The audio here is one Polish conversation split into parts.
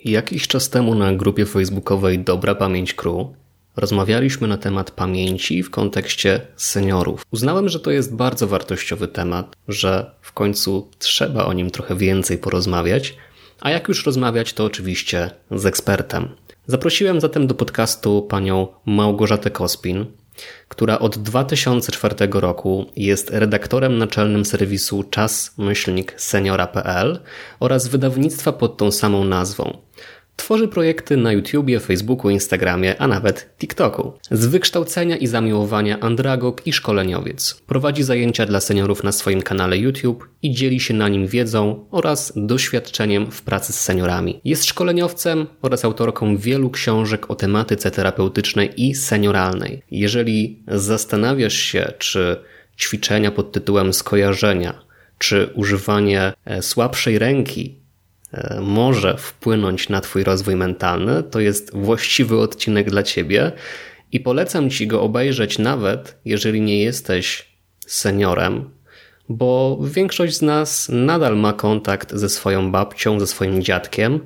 Jakiś czas temu na grupie facebookowej Dobra Pamięć Crew rozmawialiśmy na temat pamięci w kontekście seniorów. Uznałem, że to jest bardzo wartościowy temat, że w końcu trzeba o nim trochę więcej porozmawiać, a jak już rozmawiać, to oczywiście z ekspertem. Zaprosiłem zatem do podcastu panią Małgorzatę Kospin, która od 2004 roku jest redaktorem naczelnym serwisu czas-seniora.pl oraz wydawnictwa pod tą samą nazwą. Tworzy projekty na YouTubie, Facebooku, Instagramie, a nawet TikToku. Z wykształcenia i zamiłowania andragog i szkoleniowiec. Prowadzi zajęcia dla seniorów na swoim kanale YouTube i dzieli się na nim wiedzą oraz doświadczeniem w pracy z seniorami. Jest szkoleniowcem oraz autorką wielu książek o tematyce terapeutycznej i senioralnej. Jeżeli zastanawiasz się, czy ćwiczenia pod tytułem skojarzenia, czy używanie słabszej ręki może wpłynąć na Twój rozwój mentalny, to jest właściwy odcinek dla Ciebie i polecam Ci go obejrzeć nawet, jeżeli nie jesteś seniorem, bo większość z nas nadal ma kontakt ze swoją babcią, ze swoim dziadkiem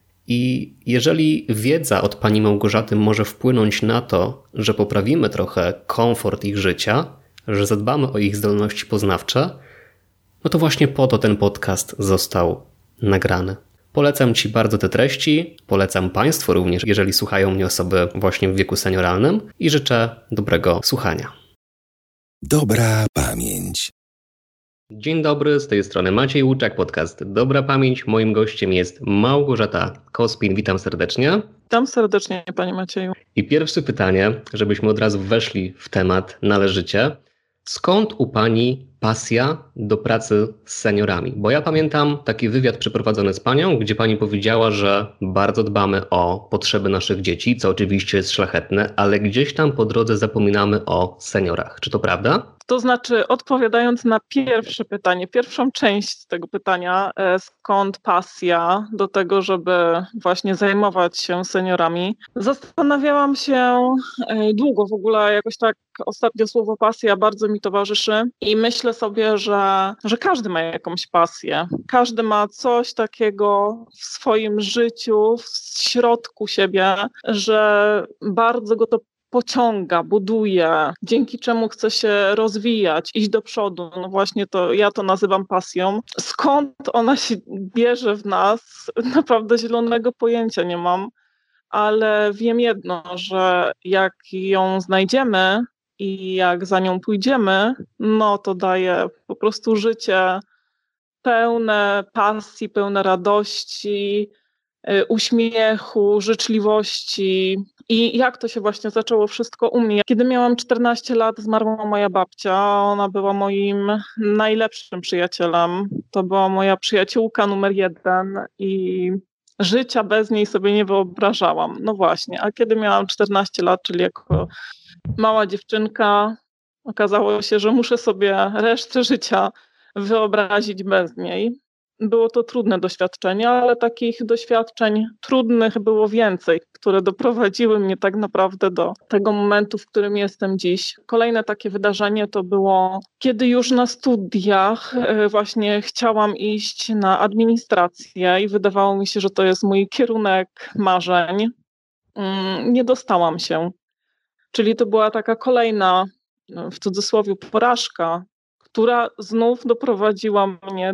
i jeżeli wiedza od pani Małgorzaty może wpłynąć na to, że poprawimy trochę komfort ich życia, że zadbamy o ich zdolności poznawcze, no to właśnie po to ten podcast został nagrany. Polecam Ci bardzo te treści, polecam Państwu również, jeżeli słuchają mnie osoby właśnie w wieku senioralnym i życzę dobrego słuchania. Dobra pamięć. Dzień dobry, z tej strony Maciej Łuczak, podcast Dobra Pamięć. Moim gościem jest Małgorzata Kospin. Witam serdecznie. Witam serdecznie, Panie Macieju. I pierwsze pytanie, żebyśmy od razu weszli w temat należycie. Skąd u Pani pasja do pracy z seniorami? Bo ja pamiętam taki wywiad przeprowadzony z Panią, gdzie Pani powiedziała, że bardzo dbamy o potrzeby naszych dzieci, co oczywiście jest szlachetne, ale gdzieś tam po drodze zapominamy o seniorach. Czy to prawda? To znaczy, odpowiadając na pierwsze pytanie, pierwszą część tego pytania, skąd pasja do tego, żeby właśnie zajmować się seniorami, zastanawiałam się długo, w ogóle jakoś tak ostatnio słowo pasja bardzo mi towarzyszy i myślę sobie, że każdy ma jakąś pasję. Każdy ma coś takiego w swoim życiu, w środku siebie, że bardzo go to pociąga, buduje, dzięki czemu chce się rozwijać, iść do przodu. No właśnie to ja to nazywam pasją. Skąd ona się bierze w nas? Naprawdę zielonego pojęcia nie mam, ale wiem jedno, że jak ją znajdziemy i jak za nią pójdziemy, no to daje po prostu życie pełne pasji, pełne radości, uśmiechu, życzliwości. I jak to się właśnie zaczęło wszystko u mnie? Kiedy miałam 14 lat, zmarła moja babcia. Ona była moim najlepszym przyjacielem. To była moja przyjaciółka numer 1 i życia bez niej sobie nie wyobrażałam. No właśnie, a kiedy miałam 14 lat, czyli jako mała dziewczynka, okazało się, że muszę sobie resztę życia wyobrazić bez niej. Było to trudne doświadczenie, ale takich doświadczeń trudnych było więcej, które doprowadziły mnie tak naprawdę do tego momentu, w którym jestem dziś. Kolejne takie wydarzenie to było, kiedy już na studiach właśnie chciałam iść na administrację i wydawało mi się, że to jest mój kierunek marzeń. Nie dostałam się. Czyli to była taka kolejna, w cudzysłowie, porażka, która znów doprowadziła mnie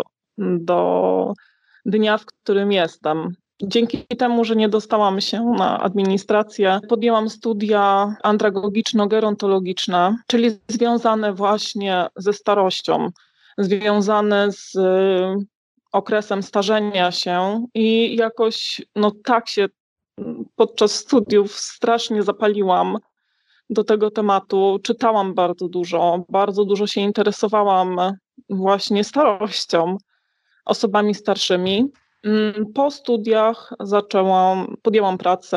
do dnia, w którym jestem. Dzięki temu, że nie dostałam się na administrację, podjęłam studia andragogiczno-gerontologiczne, czyli związane właśnie ze starością, związane z okresem starzenia się i jakoś tak się podczas studiów strasznie zapaliłam do tego tematu. Czytałam bardzo dużo się interesowałam właśnie starością, osobami starszymi. Po studiach podjęłam pracę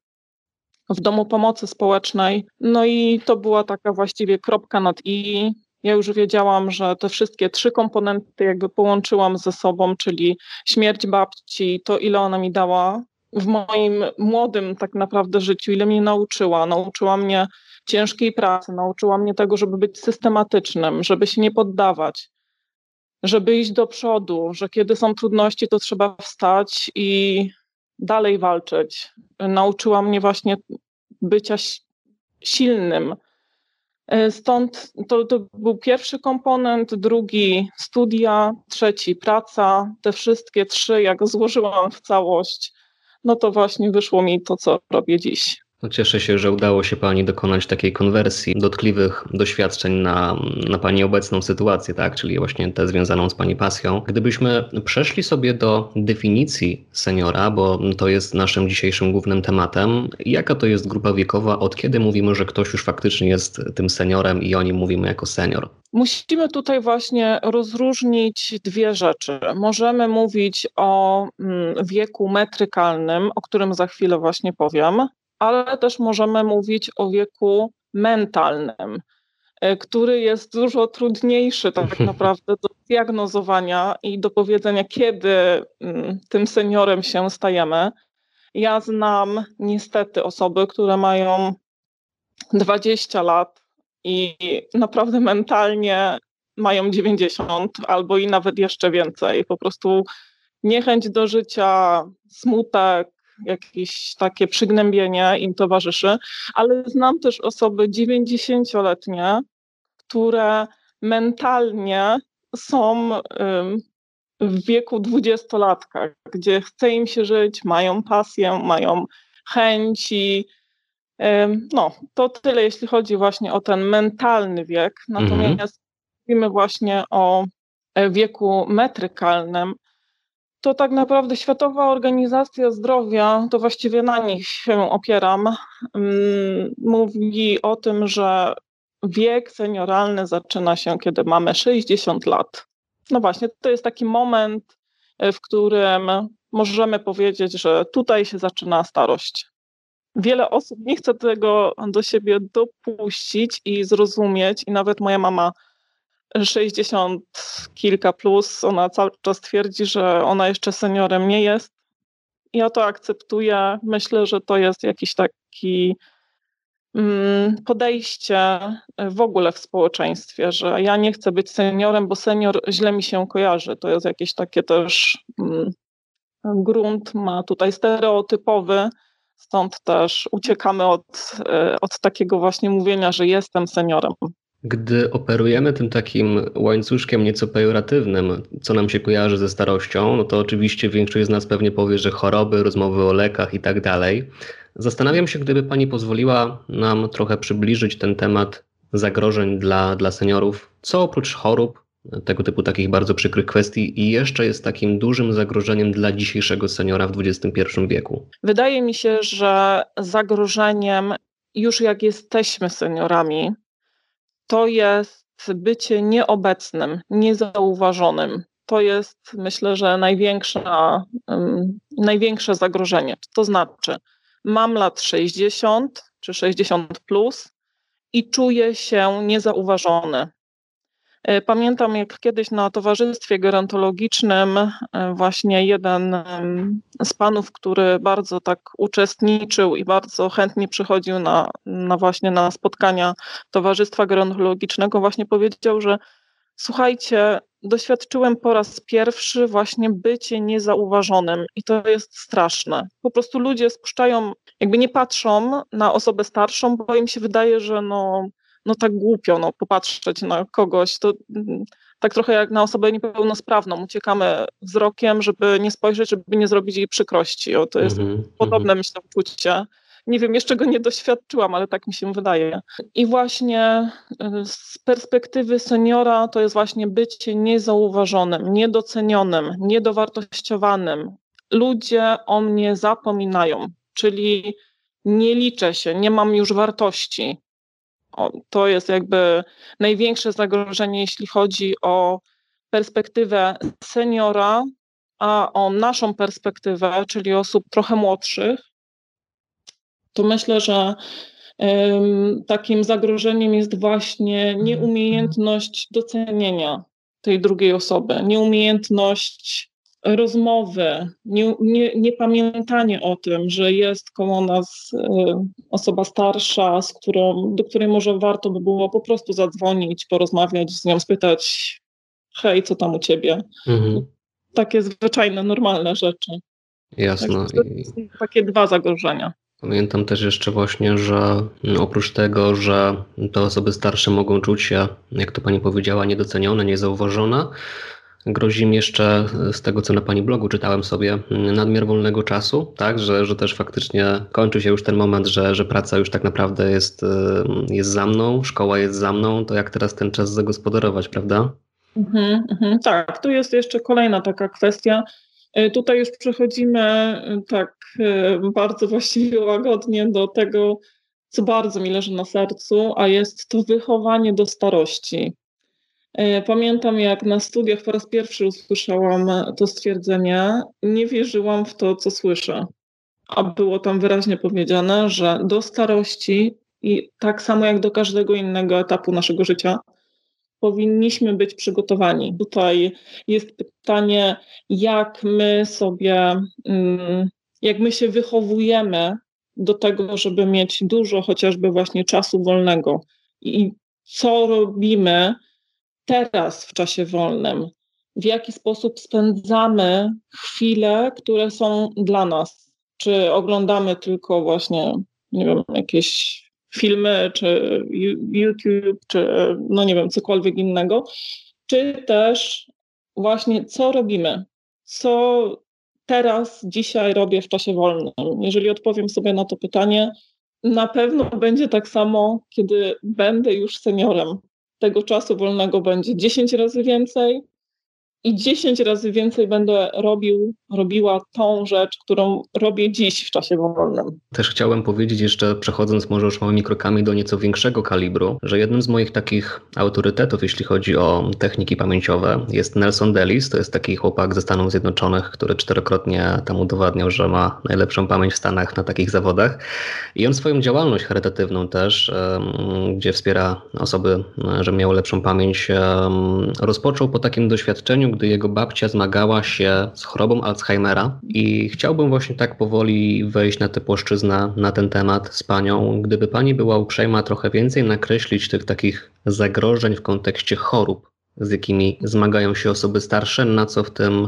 w Domu Pomocy Społecznej, no i to była taka właściwie kropka nad i. Ja już wiedziałam, że te wszystkie 3 komponenty jakby połączyłam ze sobą, czyli śmierć babci, to ile ona mi dała w moim młodym tak naprawdę życiu, ile mnie nauczyła. Nauczyła mnie ciężkiej pracy, nauczyła mnie tego, żeby być systematycznym, żeby się nie poddawać, żeby iść do przodu, że kiedy są trudności, to trzeba wstać i dalej walczyć. Nauczyła mnie właśnie bycia silnym. Stąd to był pierwszy komponent, drugi studia, trzeci praca. Te wszystkie trzy, jak złożyłam w całość, no to właśnie wyszło mi to, co robię dziś. No cieszę się, że udało się Pani dokonać takiej konwersji dotkliwych doświadczeń na Pani obecną sytuację, tak? Czyli właśnie tę związaną z Pani pasją. Gdybyśmy przeszli sobie do definicji seniora, bo to jest naszym dzisiejszym głównym tematem. Jaka to jest grupa wiekowa? Od kiedy mówimy, że ktoś już faktycznie jest tym seniorem i o nim mówimy jako senior? Musimy tutaj właśnie rozróżnić dwie rzeczy. Możemy mówić o wieku metrykalnym, o którym za chwilę właśnie powiem, ale też możemy mówić o wieku mentalnym, który jest dużo trudniejszy tak naprawdę do diagnozowania i do powiedzenia, kiedy tym seniorem się stajemy. Ja znam niestety osoby, które mają 20 lat i naprawdę mentalnie mają 90 albo i nawet jeszcze więcej. Po prostu niechęć do życia, smutek, jakieś takie przygnębienie im towarzyszy, ale znam też osoby 90-letnie, które mentalnie są w wieku 20-latka, gdzie chce im się żyć, mają pasję, mają chęci. No, to tyle, jeśli chodzi właśnie o ten mentalny wiek. Natomiast mówimy właśnie o wieku metrykalnym, to tak naprawdę Światowa Organizacja Zdrowia, to właściwie na nich się opieram, mówi o tym, że wiek senioralny zaczyna się, kiedy mamy 60 lat. No właśnie, to jest taki moment, w którym możemy powiedzieć, że tutaj się zaczyna starość. Wiele osób nie chce tego do siebie dopuścić i zrozumieć, i nawet moja mama 60 kilka plus, ona cały czas twierdzi, że ona jeszcze seniorem nie jest. Ja to akceptuję. Myślę, że to jest jakiś taki podejście w ogóle w społeczeństwie, że ja nie chcę być seniorem, bo senior źle mi się kojarzy. To jest jakieś takie też grunt ma tutaj stereotypowy, stąd też uciekamy od takiego właśnie mówienia, że jestem seniorem. Gdy operujemy tym takim łańcuszkiem nieco pejoratywnym, co nam się kojarzy ze starością, no to oczywiście większość z nas pewnie powie, że choroby, rozmowy o lekach i tak dalej. Zastanawiam się, gdyby Pani pozwoliła nam trochę przybliżyć ten temat zagrożeń dla seniorów, co oprócz chorób, tego typu takich bardzo przykrych kwestii i jeszcze jest takim dużym zagrożeniem dla dzisiejszego seniora w XXI wieku. Wydaje mi się, że zagrożeniem już jak jesteśmy seniorami, to jest bycie nieobecnym, niezauważonym. To jest, myślę, że największe zagrożenie. To znaczy, mam lat 60 czy 60 plus i czuję się niezauważony. Pamiętam, jak kiedyś na towarzystwie gerontologicznym właśnie jeden z panów, który bardzo tak uczestniczył i bardzo chętnie przychodził właśnie na spotkania towarzystwa gerontologicznego, właśnie powiedział, że słuchajcie, doświadczyłem po raz pierwszy właśnie bycie niezauważonym i to jest straszne. Po prostu ludzie spuszczają, jakby nie patrzą na osobę starszą, bo im się wydaje, że no tak głupio, popatrzeć na kogoś, to tak trochę jak na osobę niepełnosprawną. Uciekamy wzrokiem, żeby nie spojrzeć, żeby nie zrobić jej przykrości. To jest podobne, myślę, uczucie. Nie wiem, jeszcze go nie doświadczyłam, ale tak mi się wydaje. I właśnie z perspektywy seniora to jest właśnie bycie niezauważonym, niedocenionym, niedowartościowanym. Ludzie o mnie zapominają, czyli nie liczę się, nie mam już wartości. To jest jakby największe zagrożenie, jeśli chodzi o perspektywę seniora, a o naszą perspektywę, czyli osób trochę młodszych, to myślę, że takim zagrożeniem jest właśnie nieumiejętność docenienia tej drugiej osoby, nieumiejętność rozmowy, niepamiętanie o tym, że jest koło nas osoba starsza, do której może warto by było po prostu zadzwonić, porozmawiać z nią, spytać: hej, co tam u ciebie? Takie zwyczajne, normalne rzeczy. Jasno. To są takie dwa zagrożenia. Pamiętam też jeszcze właśnie, że oprócz tego, że te osoby starsze mogą czuć się, jak to pani powiedziała, niedocenione, niezauważone, grozi im jeszcze, z tego co na pani blogu czytałem sobie, nadmiar wolnego czasu, tak, że też faktycznie kończy się już ten moment, że praca już tak naprawdę jest za mną, szkoła jest za mną, to jak teraz ten czas zagospodarować, prawda? Tak, tu jest jeszcze kolejna taka kwestia. Tutaj już przechodzimy tak bardzo właściwie łagodnie do tego, co bardzo mi leży na sercu, a jest to wychowanie do starości. Pamiętam, jak na studiach po raz pierwszy usłyszałam to stwierdzenie, nie wierzyłam w to, co słyszę. A było tam wyraźnie powiedziane, że do starości i tak samo jak do każdego innego etapu naszego życia powinniśmy być przygotowani. Tutaj jest pytanie, jak my się wychowujemy do tego, żeby mieć dużo chociażby właśnie czasu wolnego i co robimy teraz w czasie wolnym, w jaki sposób spędzamy chwile, które są dla nas. Czy oglądamy tylko właśnie, nie wiem, jakieś filmy, czy YouTube, czy no nie wiem, cokolwiek innego, czy też właśnie co robimy, co teraz, dzisiaj robię w czasie wolnym. Jeżeli odpowiem sobie na to pytanie, na pewno będzie tak samo, kiedy będę już seniorem. Tego czasu wolnego będzie 10 razy więcej i 10 razy więcej będę robiła tą rzecz, którą robię dziś w czasie wolnym. Też chciałem powiedzieć jeszcze, przechodząc może już małymi krokami do nieco większego kalibru, że jednym z moich takich autorytetów, jeśli chodzi o techniki pamięciowe, jest Nelson Dellis. To jest taki chłopak ze Stanów Zjednoczonych, który 4-krotnie tam udowadniał, że ma najlepszą pamięć w Stanach na takich zawodach. I on swoją działalność charytatywną też, gdzie wspiera osoby, żeby miały lepszą pamięć, rozpoczął po takim doświadczeniu, gdy jego babcia zmagała się z chorobą Alzheimera i chciałbym właśnie tak powoli wejść na tę płaszczyznę, na ten temat z panią. Gdyby pani była uprzejma trochę więcej nakreślić tych takich zagrożeń w kontekście chorób, z jakimi zmagają się osoby starsze, na co w tym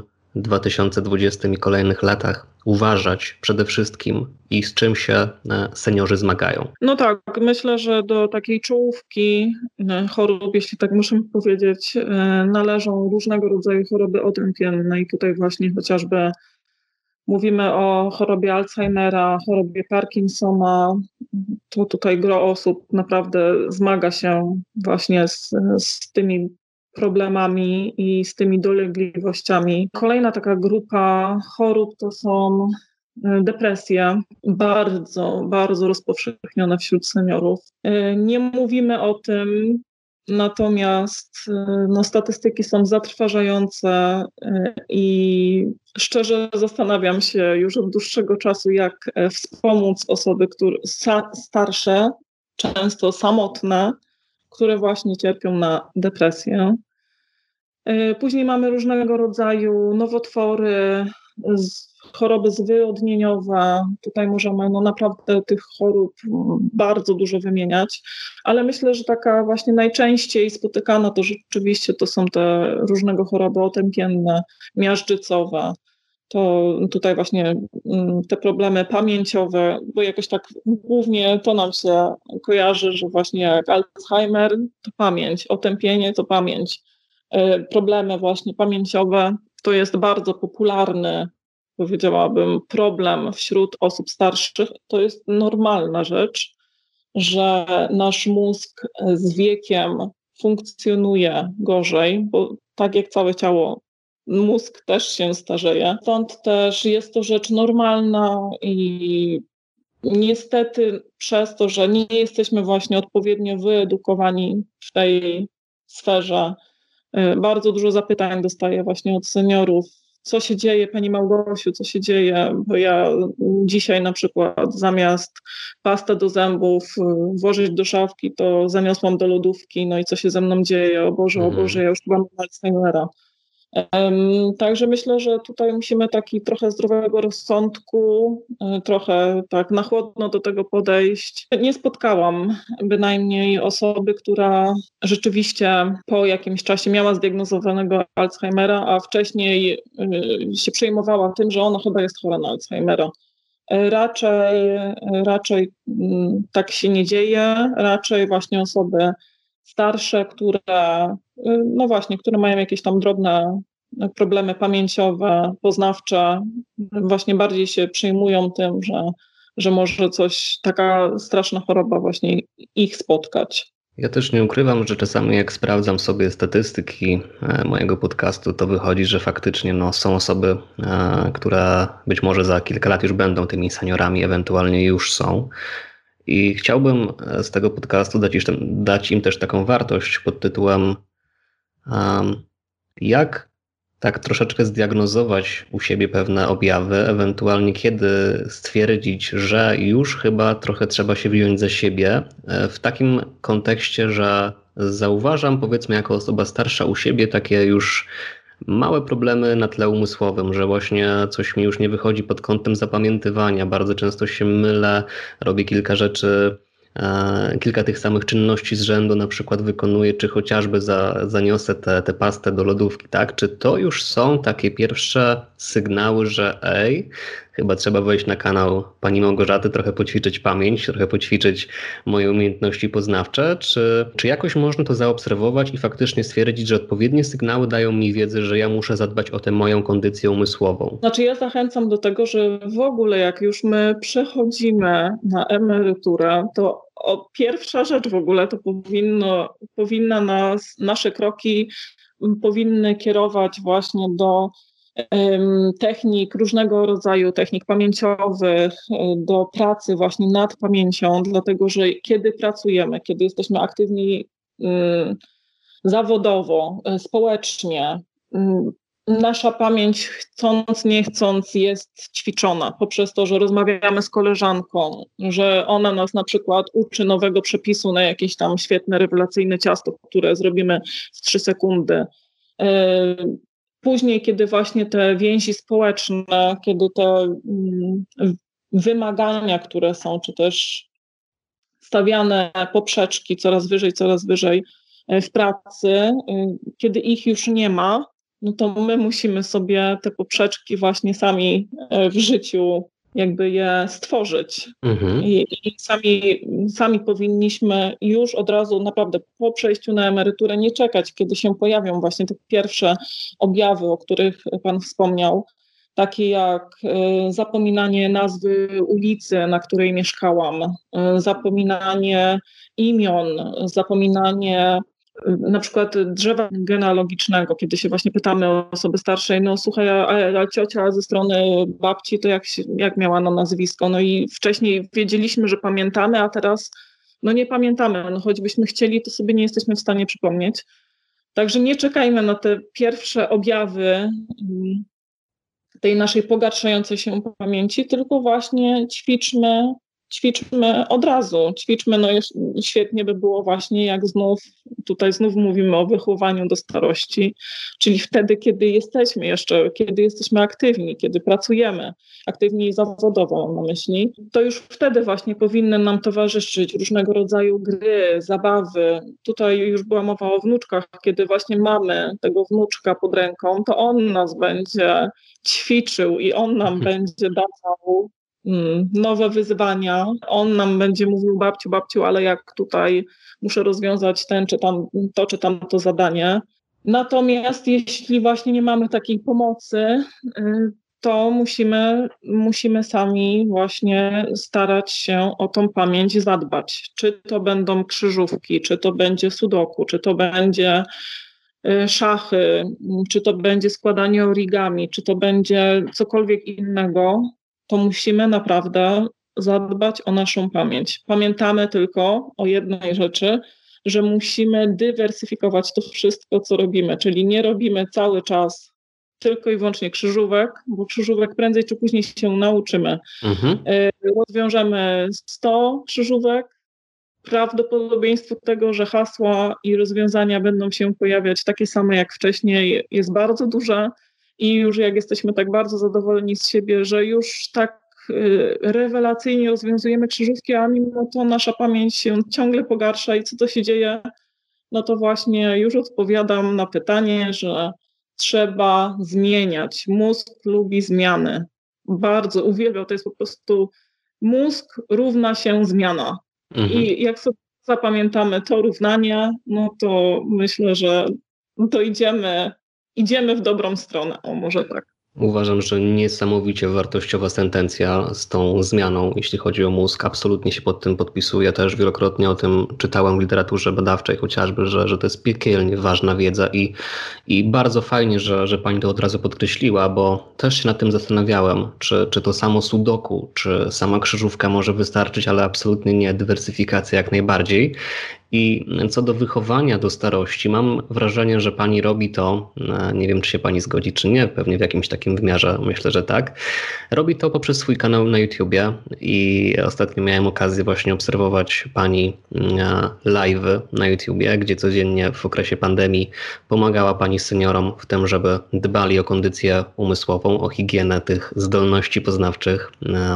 2020 i kolejnych latach uważać przede wszystkim i z czym się seniorzy zmagają? No tak, myślę, że do takiej czołówki chorób, jeśli tak muszę powiedzieć, należą różnego rodzaju choroby odrętwienne i tutaj właśnie chociażby mówimy o chorobie Alzheimera, chorobie Parkinsona, to tutaj gro osób naprawdę zmaga się właśnie z tymi problemami i z tymi dolegliwościami. Kolejna taka grupa chorób to są depresje, bardzo, bardzo rozpowszechnione wśród seniorów. Nie mówimy o tym, natomiast no, statystyki są zatrważające i szczerze zastanawiam się już od dłuższego czasu, jak wspomóc osoby, które starsze, często samotne, które właśnie cierpią na depresję. Później mamy różnego rodzaju nowotwory, choroby zwyrodnieniowe. Tutaj możemy naprawdę tych chorób bardzo dużo wymieniać, ale myślę, że taka właśnie najczęściej spotykana to rzeczywiście to są te różnego choroby otępienne, miażdżycowe. To tutaj właśnie te problemy pamięciowe, bo jakoś tak głównie to nam się kojarzy, że właśnie jak Alzheimer to pamięć, otępienie to pamięć. Problemy właśnie pamięciowe to jest bardzo popularny, powiedziałabym, problem wśród osób starszych. To jest normalna rzecz, że nasz mózg z wiekiem funkcjonuje gorzej, bo tak jak całe ciało, mózg też się starzeje. Stąd też jest to rzecz normalna i niestety przez to, że nie jesteśmy właśnie odpowiednio wyedukowani w tej sferze, bardzo dużo zapytań dostaję właśnie od seniorów. Co się dzieje, Pani Małgosiu, co się dzieje? Bo ja dzisiaj na przykład zamiast pastę do zębów włożyć do szafki, to zaniosłam do lodówki, no i co się ze mną dzieje? O Boże, ja już chyba mam Alzheimera. Także myślę, że tutaj musimy taki trochę zdrowego rozsądku, trochę tak na chłodno do tego podejść. Nie spotkałam bynajmniej osoby, która rzeczywiście po jakimś czasie miała zdiagnozowanego Alzheimera, a wcześniej się przejmowała tym, że ona chyba jest chora na Alzheimera. Raczej tak się nie dzieje, raczej właśnie osoby starsze, które mają jakieś tam drobne problemy pamięciowe, poznawcze, właśnie bardziej się przejmują tym, że może taka straszna choroba właśnie ich spotkać. Ja też nie ukrywam, że czasami jak sprawdzam sobie statystyki mojego podcastu, to wychodzi, że faktycznie są osoby, które być może za kilka lat już będą tymi seniorami, ewentualnie już są. I chciałbym z tego podcastu dać im też taką wartość pod tytułem jak tak troszeczkę zdiagnozować u siebie pewne objawy, ewentualnie kiedy stwierdzić, że już chyba trochę trzeba się wziąć za siebie, w takim kontekście, że zauważam, powiedzmy jako osoba starsza u siebie takie już małe problemy na tle umysłowym, że właśnie coś mi już nie wychodzi pod kątem zapamiętywania, bardzo często się mylę, robię kilka rzeczy, kilka tych samych czynności z rzędu na przykład wykonuję, czy chociażby zaniosę tę pastę do lodówki, tak? Czy to już są takie pierwsze sygnały, że chyba trzeba wejść na kanał pani Małgorzaty, trochę poćwiczyć pamięć, trochę poćwiczyć moje umiejętności poznawcze, czy jakoś można to zaobserwować i faktycznie stwierdzić, że odpowiednie sygnały dają mi wiedzę, że ja muszę zadbać o tę moją kondycję umysłową? Znaczy ja zachęcam do tego, że w ogóle jak już my przechodzimy na emeryturę, to pierwsza rzecz w ogóle to nasze kroki powinny kierować właśnie do technik, różnego rodzaju technik pamięciowych, do pracy właśnie nad pamięcią, dlatego że kiedy pracujemy, kiedy jesteśmy aktywni zawodowo, społecznie, nasza pamięć chcąc, nie chcąc jest ćwiczona poprzez to, że rozmawiamy z koleżanką, że ona nas na przykład uczy nowego przepisu na jakieś tam świetne, rewelacyjne ciasto, które zrobimy w 3 sekundy. Później, kiedy właśnie te więzi społeczne, kiedy te wymagania, które są, czy też stawiane poprzeczki coraz wyżej w pracy, kiedy ich już nie ma, no to my musimy sobie te poprzeczki właśnie sami w życiu jakby je stworzyć. I sami powinniśmy już od razu naprawdę po przejściu na emeryturę nie czekać, kiedy się pojawią właśnie te pierwsze objawy, o których Pan wspomniał, takie jak zapominanie nazwy ulicy, na której mieszkałam, zapominanie imion, zapominanie na przykład drzewa genealogicznego, kiedy się właśnie pytamy o osoby starszej, no słuchaj, a ciocia ze strony babci to jak miała na nazwisko? No i wcześniej wiedzieliśmy, że pamiętamy, a teraz no nie pamiętamy. No choćbyśmy chcieli, to sobie nie jesteśmy w stanie przypomnieć. Także nie czekajmy na te pierwsze objawy tej naszej pogarszającej się pamięci, tylko właśnie ćwiczmy od razu. No świetnie by było właśnie, jak znów mówimy o wychowaniu do starości, czyli wtedy, kiedy jesteśmy aktywni, kiedy pracujemy, aktywni zawodowo mam na myśli, to już wtedy właśnie powinny nam towarzyszyć różnego rodzaju gry, zabawy. Tutaj już była mowa o wnuczkach, kiedy właśnie mamy tego wnuczka pod ręką, to on nas będzie ćwiczył i on nam będzie dawał nowe wyzwania. On nam będzie mówił: babciu, ale jak tutaj muszę rozwiązać czy tamto zadanie. Natomiast jeśli właśnie nie mamy takiej pomocy, to musimy sami właśnie starać się o tą pamięć zadbać. Czy to będą krzyżówki, czy to będzie sudoku, czy to będzie szachy, czy to będzie składanie origami, czy to będzie cokolwiek innego, to musimy naprawdę zadbać o naszą pamięć. Pamiętamy tylko o jednej rzeczy, że musimy dywersyfikować to wszystko, co robimy, czyli nie robimy cały czas tylko i wyłącznie krzyżówek, bo krzyżówek prędzej czy później się nauczymy. Rozwiążemy 100 krzyżówek, prawdopodobieństwo tego, że hasła i rozwiązania będą się pojawiać takie same jak wcześniej, jest bardzo duże i już jak jesteśmy tak bardzo zadowoleni z siebie, że już tak rewelacyjnie rozwiązujemy krzyżówki, a mimo to nasza pamięć się ciągle pogarsza i co to się dzieje, no to właśnie już odpowiadam na pytanie, że trzeba zmieniać. Mózg lubi zmiany. Bardzo uwielbiam, to jest po prostu mózg równa się zmiana. I jak sobie zapamiętamy to równanie, no to myślę, że to idziemy w dobrą stronę, o może tak. Uważam, że niesamowicie wartościowa sentencja z tą zmianą, jeśli chodzi o mózg. Absolutnie się pod tym podpisuję. Też wielokrotnie o tym czytałem w literaturze badawczej chociażby, że to jest piekielnie ważna wiedza i bardzo fajnie, że pani to od razu podkreśliła, bo też się nad tym zastanawiałem, czy to samo sudoku, czy sama krzyżówka może wystarczyć, ale absolutnie nie, dywersyfikacja jak najbardziej. I co do wychowania do starości, mam wrażenie, że pani robi to, nie wiem czy się pani zgodzi czy nie, pewnie w jakimś takim wymiarze, myślę, że tak. Robi to poprzez swój kanał na YouTubie i ostatnio miałem okazję właśnie obserwować pani live'y na YouTubie, gdzie codziennie w okresie pandemii pomagała pani seniorom w tym, żeby dbali o kondycję umysłową, o higienę tych zdolności poznawczych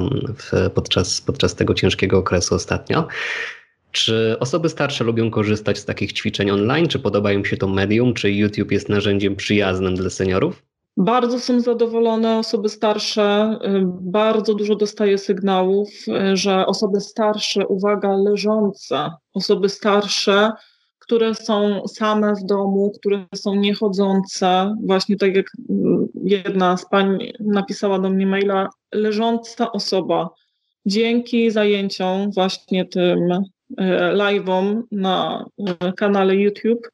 podczas tego ciężkiego okresu ostatnio. Czy osoby starsze lubią korzystać z takich ćwiczeń online? Czy podoba im się to medium? Czy YouTube jest narzędziem przyjaznym dla seniorów? Bardzo są zadowolone osoby starsze. Bardzo dużo dostaję sygnałów, że osoby starsze, uwaga, leżące, osoby starsze, które są same w domu, które są niechodzące, właśnie tak jak jedna z pań napisała do mnie maila, leżąca osoba dzięki zajęciom właśnie tym live'om na kanale YouTube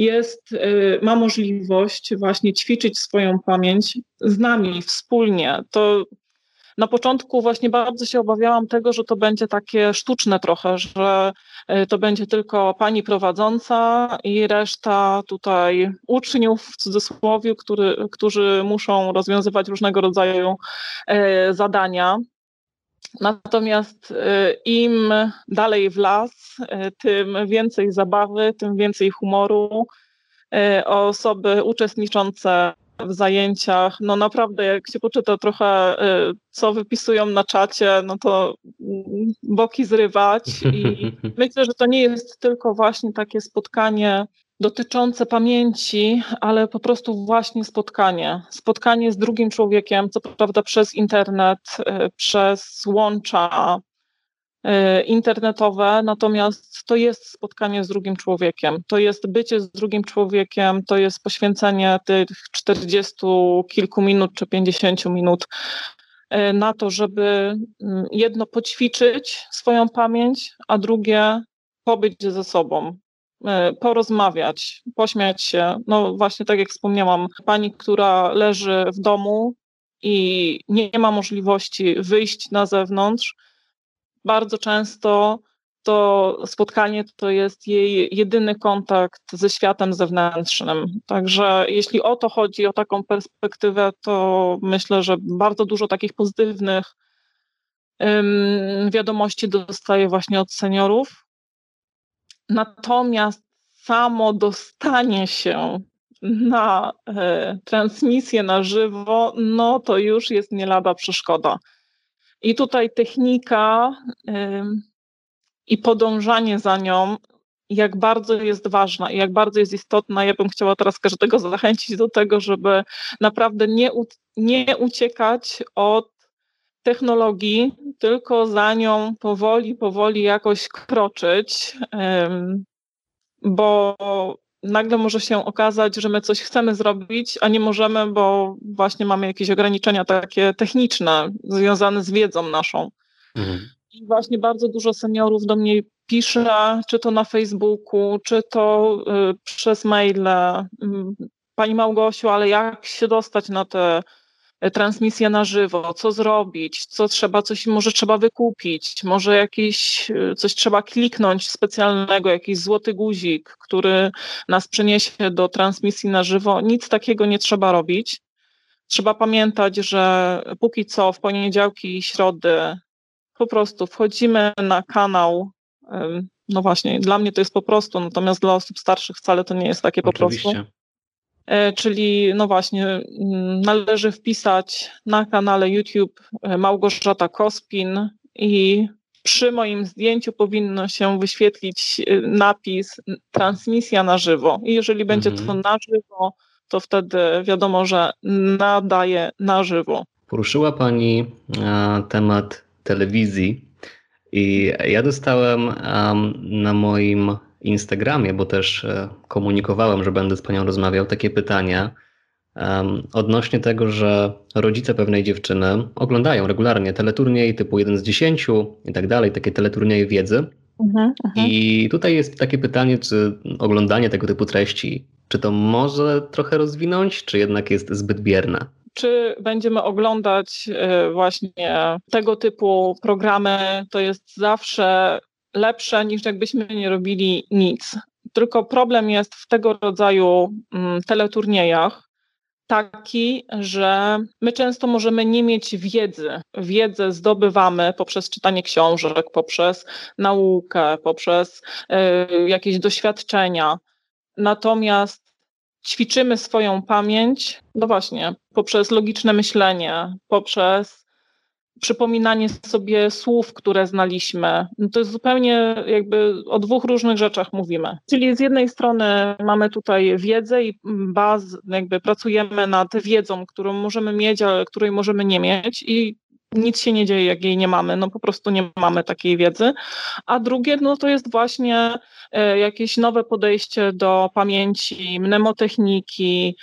ma możliwość właśnie ćwiczyć swoją pamięć z nami wspólnie. To na początku właśnie bardzo się obawiałam tego, że to będzie takie sztuczne trochę, że to będzie tylko pani prowadząca i reszta tutaj uczniów w cudzysłowie, którzy muszą rozwiązywać różnego rodzaju zadania. Natomiast im dalej w las, tym więcej zabawy, tym więcej humoru. Osoby uczestniczące w zajęciach, no naprawdę jak się poczyta trochę, co wypisują na czacie, no to boki zrywać i myślę, że to nie jest tylko właśnie takie spotkanie dotyczące pamięci, ale po prostu właśnie spotkanie z drugim człowiekiem, co prawda przez internet, przez łącza internetowe, natomiast to jest spotkanie z drugim człowiekiem, to jest bycie z drugim człowiekiem, to jest poświęcenie tych 40 kilku minut czy 50 minut na to, żeby jedno poćwiczyć swoją pamięć, a drugie pobyć ze sobą, porozmawiać, pośmiać się. No właśnie tak jak wspomniałam, pani, która leży w domu i nie ma możliwości wyjść na zewnątrz, bardzo często to spotkanie to jest jej jedyny kontakt ze światem zewnętrznym. Także jeśli o to chodzi, o taką perspektywę, to myślę, że bardzo dużo takich pozytywnych wiadomości dostaję właśnie od seniorów. Natomiast samo dostanie się na transmisję na żywo, no to już jest nie lada przeszkoda. I tutaj technika i podążanie za nią, jak bardzo jest ważna i jak bardzo jest istotna. Ja bym chciała teraz każdego zachęcić do tego, żeby naprawdę nie uciekać od technologii, tylko za nią powoli jakoś kroczyć, bo nagle może się okazać, że my coś chcemy zrobić, a nie możemy, bo właśnie mamy jakieś ograniczenia takie techniczne związane z wiedzą naszą. I właśnie bardzo dużo seniorów do mnie pisze, czy to na Facebooku, czy to przez maile. Pani Małgosiu, ale jak się dostać na te transmisje na żywo? Co zrobić? Może trzeba wykupić? Może coś trzeba kliknąć specjalnego, jakiś złoty guzik, który nas przeniesie do transmisji na żywo? Nic takiego nie trzeba robić. Trzeba pamiętać, że póki co w poniedziałki i środy po prostu wchodzimy na kanał no właśnie, dla mnie to jest po prostu, natomiast dla osób starszych wcale to nie jest takie po prostu. Czyli no właśnie, należy wpisać na kanale YouTube Małgorzata Kospin i przy moim zdjęciu powinno się wyświetlić napis transmisja na żywo. I jeżeli będzie to na żywo, to wtedy wiadomo, że nadaje na żywo. Poruszyła Pani temat telewizji i ja dostałem na moim Instagramie, bo też komunikowałem, że będę z Panią rozmawiał, takie pytania odnośnie tego, że rodzice pewnej dziewczyny oglądają regularnie teleturniej typu 1 z 10 i tak dalej, takie teleturnieje wiedzy. I tutaj jest takie pytanie, czy oglądanie tego typu treści, czy to może trochę rozwinąć, czy jednak jest zbyt bierne? Czy będziemy oglądać właśnie tego typu programy, to jest zawsze lepsze niż jakbyśmy nie robili nic. Tylko problem jest w tego rodzaju teleturniejach taki, że my często możemy nie mieć wiedzy. Wiedzę zdobywamy poprzez czytanie książek, poprzez naukę, poprzez jakieś doświadczenia. Natomiast ćwiczymy swoją pamięć, no właśnie, poprzez logiczne myślenie, poprzez przypominanie sobie słów, które znaliśmy. No to jest zupełnie jakby o dwóch różnych rzeczach mówimy. Czyli z jednej strony mamy tutaj wiedzę i jakby pracujemy nad wiedzą, którą możemy mieć, ale której możemy nie mieć i nic się nie dzieje, jak jej nie mamy, no po prostu nie mamy takiej wiedzy. A drugie, no to jest właśnie jakieś nowe podejście do pamięci, mnemotechniki,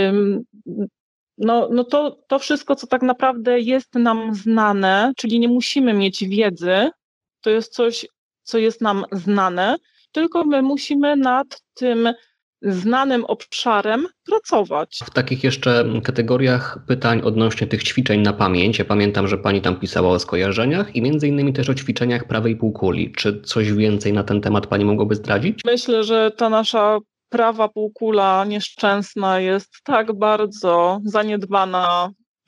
no to wszystko, co tak naprawdę jest nam znane, czyli nie musimy mieć wiedzy, to jest coś, co jest nam znane, tylko my musimy nad tym znanym obszarem pracować. W takich jeszcze kategoriach pytań odnośnie tych ćwiczeń na pamięć, ja pamiętam, że Pani tam pisała o skojarzeniach i między innymi też o ćwiczeniach prawej półkuli. Czy coś więcej na ten temat Pani mogłaby zdradzić? Myślę, że ta nasza prawa półkula nieszczęsna jest tak bardzo zaniedbana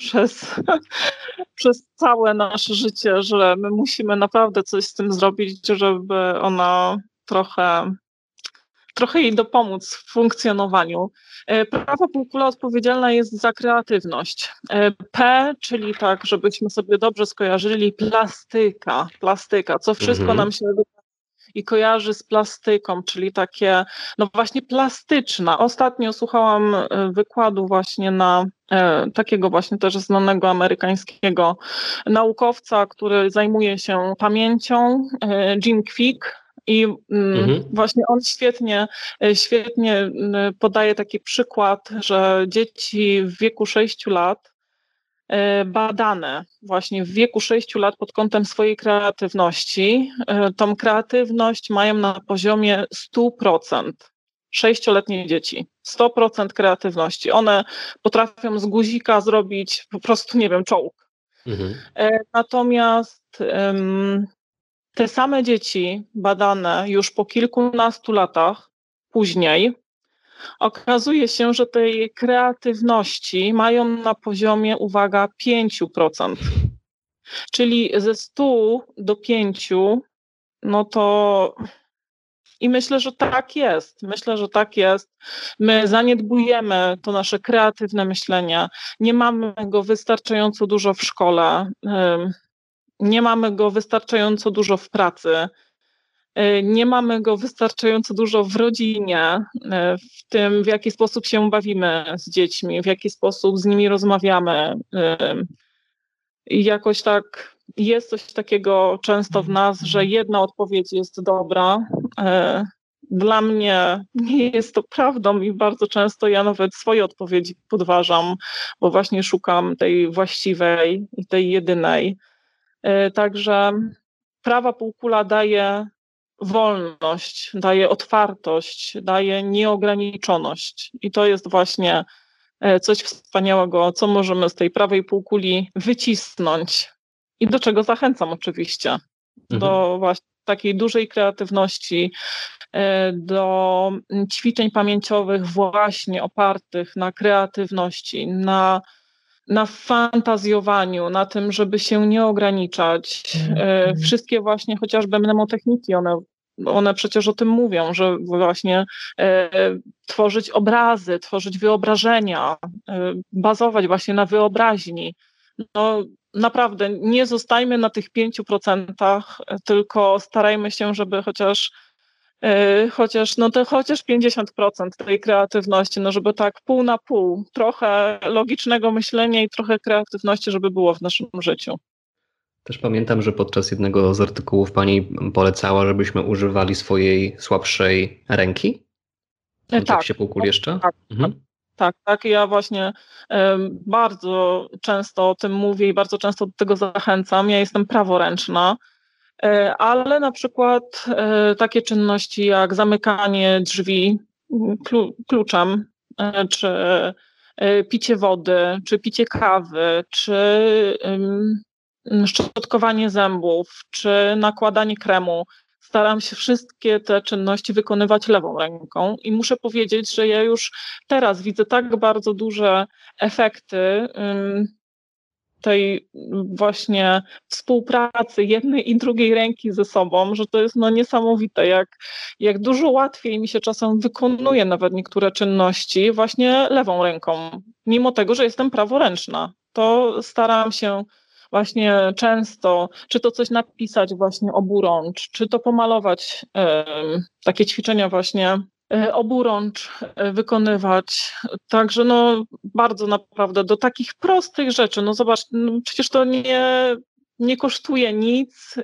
przez całe nasze życie, że my musimy naprawdę coś z tym zrobić, żeby ona trochę jej dopomóc w funkcjonowaniu. Prawa półkula odpowiedzialna jest za kreatywność. P, czyli tak, żebyśmy sobie dobrze skojarzyli, plastyka, co wszystko nam się i kojarzy z plastyką, czyli takie, no właśnie plastyczna. Ostatnio słuchałam wykładu właśnie na takiego właśnie też znanego amerykańskiego naukowca, który zajmuje się pamięcią, Jim Kwik. I właśnie on świetnie podaje taki przykład, że dzieci w wieku 6 lat badane właśnie w wieku 6 lat pod kątem swojej kreatywności. Tą kreatywność mają na poziomie 100%. 6-letnie dzieci. 100% kreatywności. One potrafią z guzika zrobić po prostu, nie wiem, czołg. Natomiast te same dzieci badane już po kilkunastu latach później okazuje się, że tej kreatywności mają na poziomie, uwaga, 5%. Czyli ze 100 do 5, no to i myślę, że tak jest. My zaniedbujemy to nasze kreatywne myślenie. Nie mamy go wystarczająco dużo w szkole. Nie mamy go wystarczająco dużo w pracy. Nie mamy go wystarczająco dużo w rodzinie, w tym, w jaki sposób się bawimy z dziećmi, w jaki sposób z nimi rozmawiamy. I jakoś tak jest coś takiego często w nas, że jedna odpowiedź jest dobra. Dla mnie nie jest to prawdą i bardzo często ja nawet swoje odpowiedzi podważam, bo właśnie szukam tej właściwej i tej jedynej. Także prawa półkula daje wolność, daje otwartość, daje nieograniczoność. I to jest właśnie coś wspaniałego, co możemy z tej prawej półkuli wycisnąć. I do czego zachęcam oczywiście. Do właśnie takiej dużej kreatywności, do ćwiczeń pamięciowych właśnie opartych na kreatywności, na fantazjowaniu, na tym, żeby się nie ograniczać. Wszystkie właśnie chociażby mnemotechniki, one one przecież o tym mówią, że właśnie tworzyć obrazy, tworzyć wyobrażenia, bazować właśnie na wyobraźni. No, naprawdę nie zostajmy na tych 5%, tylko starajmy się, żeby chociaż 50% tej kreatywności, no żeby tak pół na pół, trochę logicznego myślenia i trochę kreatywności, żeby było w naszym życiu. Też pamiętam, że podczas jednego z artykułów pani polecała, żebyśmy używali swojej słabszej ręki w kontekście półkuli jeszcze. Tak. Ja właśnie bardzo często o tym mówię i bardzo często do tego zachęcam. Ja jestem praworęczna, ale na przykład takie czynności jak zamykanie drzwi kluczem, czy picie wody, czy picie kawy, czy szczotkowanie zębów, czy nakładanie kremu. Staram się wszystkie te czynności wykonywać lewą ręką i muszę powiedzieć, że ja już teraz widzę tak bardzo duże efekty tej właśnie współpracy jednej i drugiej ręki ze sobą, że to jest niesamowite, jak dużo łatwiej mi się czasem wykonuje nawet niektóre czynności właśnie lewą ręką, mimo tego, że jestem praworęczna. To staram się właśnie często, czy to coś napisać właśnie oburącz, czy to pomalować, takie ćwiczenia właśnie oburącz wykonywać. Także bardzo naprawdę do takich prostych rzeczy. Zobacz, przecież to nie kosztuje nic,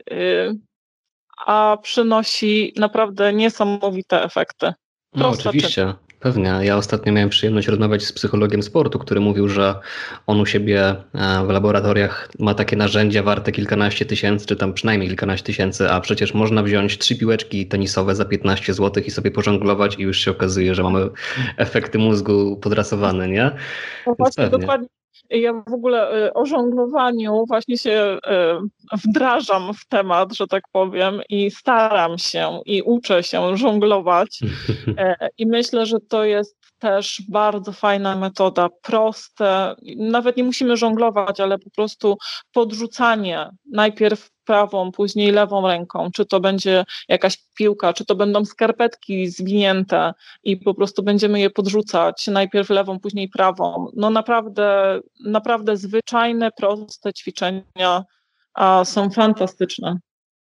a przynosi naprawdę niesamowite efekty. No oczywiście, pewnie. Ja ostatnio miałem przyjemność rozmawiać z psychologiem sportu, który mówił, że on u siebie w laboratoriach ma takie narzędzia warte kilkanaście tysięcy, czy tam przynajmniej kilkanaście tysięcy, a przecież można wziąć 3 piłeczki tenisowe za 15 zł i sobie pożonglować i już się okazuje, że mamy efekty mózgu podrasowane, nie? No właśnie, dokładnie. Ja w ogóle o żonglowaniu właśnie się wdrażam w temat, że tak powiem, i staram się i uczę się żonglować. I myślę, że to jest też bardzo fajna metoda, proste. Nawet nie musimy żonglować, ale po prostu podrzucanie najpierw prawą, później lewą ręką, czy to będzie jakaś piłka, czy to będą skarpetki zwinięte i po prostu będziemy je podrzucać, najpierw lewą, później prawą. Naprawdę zwyczajne, proste ćwiczenia są fantastyczne.